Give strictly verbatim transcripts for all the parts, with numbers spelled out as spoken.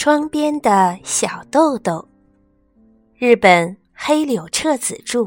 窗边的小豆豆，日本黑柳彻子著。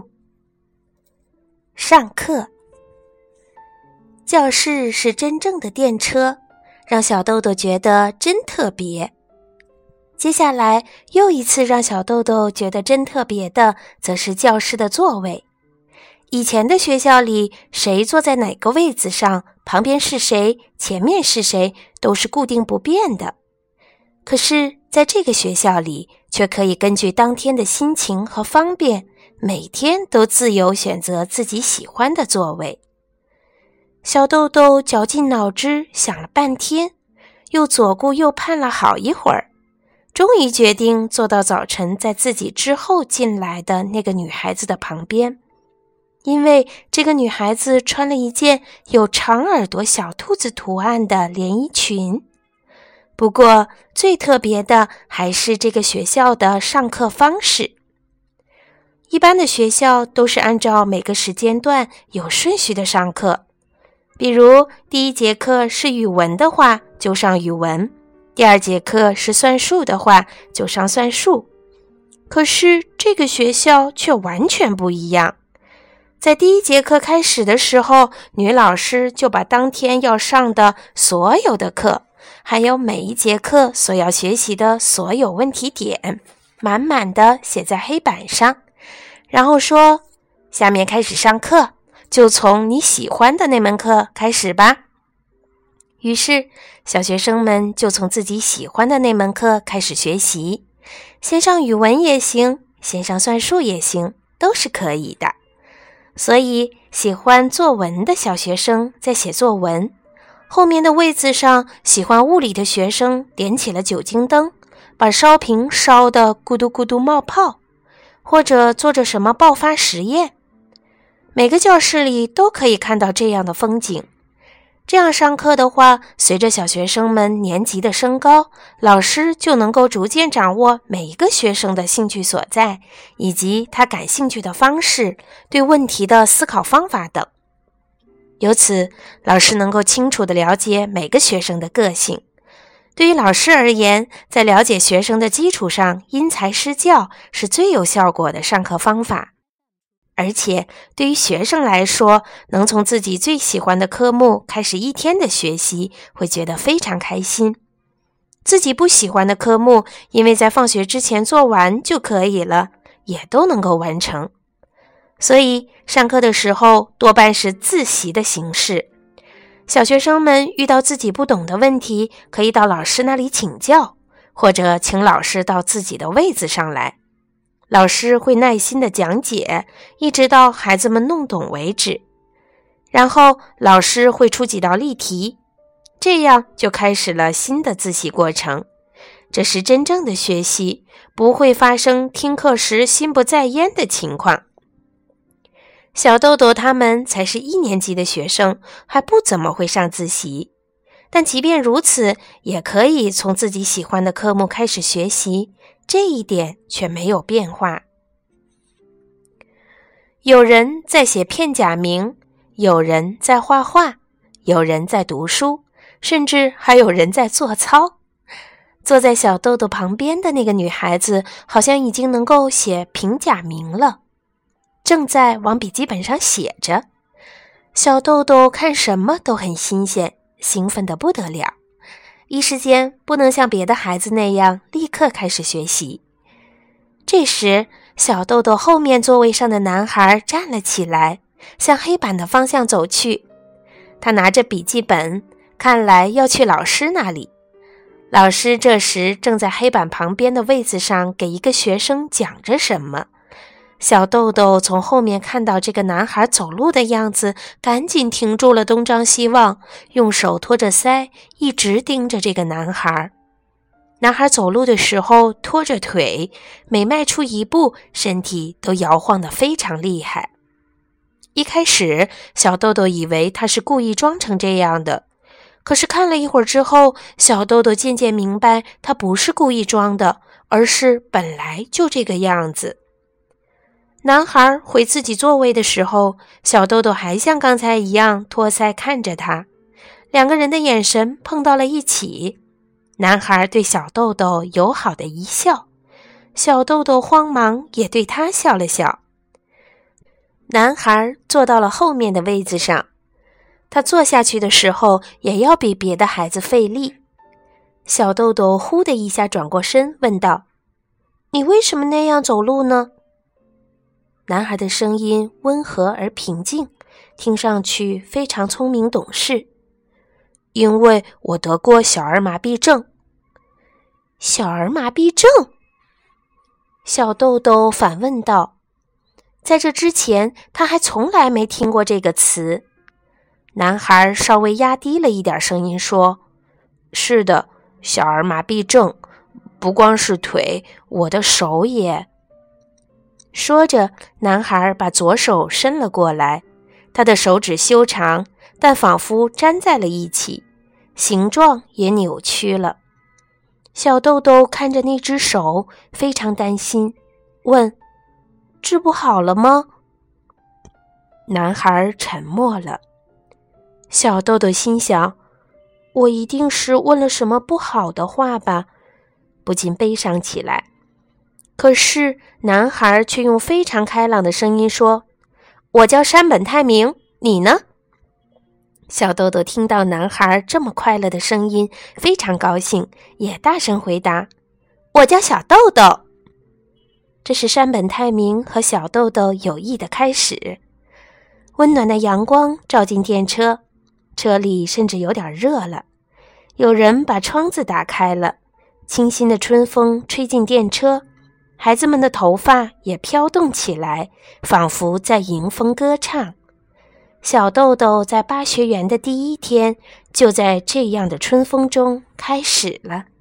上课，教室是真正的电车，让小豆豆觉得真特别。接下来又一次让小豆豆觉得真特别的，则是教室的座位。以前的学校里，谁坐在哪个位子上，旁边是谁，前面是谁，都是固定不变的。可是在这个学校里，却可以根据当天的心情和方便，每天都自由选择自己喜欢的座位。小豆豆绞尽脑汁想了半天，又左顾右盼了好一会儿，终于决定坐到早晨在自己之后进来的那个女孩子的旁边。因为这个女孩子穿了一件有长耳朵小兔子图案的连衣裙。不过最特别的还是这个学校的上课方式。一般的学校都是按照每个时间段有顺序的上课，比如第一节课是语文的话就上语文，第二节课是算术的话就上算术。可是这个学校却完全不一样。在第一节课开始的时候，女老师就把当天要上的所有的课，还有每一节课所要学习的所有问题点，满满的写在黑板上，然后说，下面开始上课，就从你喜欢的那门课开始吧。于是小学生们就从自己喜欢的那门课开始学习，先上语文也行，先上算术也行，都是可以的。所以喜欢作文的小学生在写作文，后面的位子上喜欢物理的学生点起了酒精灯，把烧瓶烧得咕嘟咕嘟冒泡，或者做着什么爆发实验。每个教室里都可以看到这样的风景。这样上课的话，随着小学生们年级的升高，老师就能够逐渐掌握每一个学生的兴趣所在，以及他感兴趣的方式，对问题的思考方法等。由此，老师能够清楚地了解每个学生的个性。对于老师而言，在了解学生的基础上因材施教是最有效果的上课方法。而且对于学生来说，能从自己最喜欢的科目开始一天的学习，会觉得非常开心。自己不喜欢的科目，因为在放学之前做完就可以了，也都能够完成。所以上课的时候多半是自习的形式。小学生们遇到自己不懂的问题，可以到老师那里请教，或者请老师到自己的位子上来。老师会耐心地讲解，一直到孩子们弄懂为止。然后老师会出几道例题，这样就开始了新的自习过程。这是真正的学习，不会发生听课时心不在焉的情况。小豆豆他们才是一年级的学生，还不怎么会上自习。但即便如此，也可以从自己喜欢的科目开始学习，这一点却没有变化。有人在写片假名，有人在画画，有人在读书，甚至还有人在做操。坐在小豆豆旁边的那个女孩子，好像已经能够写平假名了，正在往笔记本上写着。小豆豆看什么都很新鲜，兴奋得不得了。一时间不能像别的孩子那样立刻开始学习。这时，小豆豆后面座位上的男孩站了起来，向黑板的方向走去。他拿着笔记本，看来要去老师那里。老师这时正在黑板旁边的位子上给一个学生讲着什么。小豆豆从后面看到这个男孩走路的样子，赶紧停住了东张西望，用手托着腮，一直盯着这个男孩。男孩走路的时候拖着腿，每迈出一步，身体都摇晃得非常厉害。一开始，小豆豆以为他是故意装成这样的，可是看了一会儿之后，小豆豆渐渐明白，他不是故意装的，而是本来就这个样子。男孩回自己座位的时候，小豆豆还像刚才一样托腮看着他，两个人的眼神碰到了一起。 男孩对小豆豆友好的一笑，小豆豆慌忙也对他笑了笑。男孩坐到了后面的位子上，他坐下去的时候也要比别的孩子费力。小豆豆呼的一下转过身，问道：“你为什么那样走路呢？”男孩的声音温和而平静，听上去非常聪明懂事。因为我得过小儿麻痹症。小儿麻痹症？小豆豆反问道。在这之前，他还从来没听过这个词。男孩稍微压低了一点声音说：“是的，小儿麻痹症，不光是腿，我的手也……”说着，男孩把左手伸了过来，他的手指修长，但仿佛粘在了一起，形状也扭曲了。小豆豆看着那只手，非常担心，问：“治不好了吗？”男孩沉默了。小豆豆心想，我一定是问了什么不好的话吧，不禁悲伤起来。可是男孩却用非常开朗的声音说：“我叫山本泰明，你呢？”小豆豆听到男孩这么快乐的声音，非常高兴，也大声回答：“我叫小豆豆。”这是山本泰明和小豆豆友谊的开始。温暖的阳光照进电车，车里甚至有点热了。有人把窗子打开了，清新的春风吹进电车，孩子们的头发也飘动起来，仿佛在迎风歌唱。小豆豆在巴学园的第一天，就在这样的春风中开始了。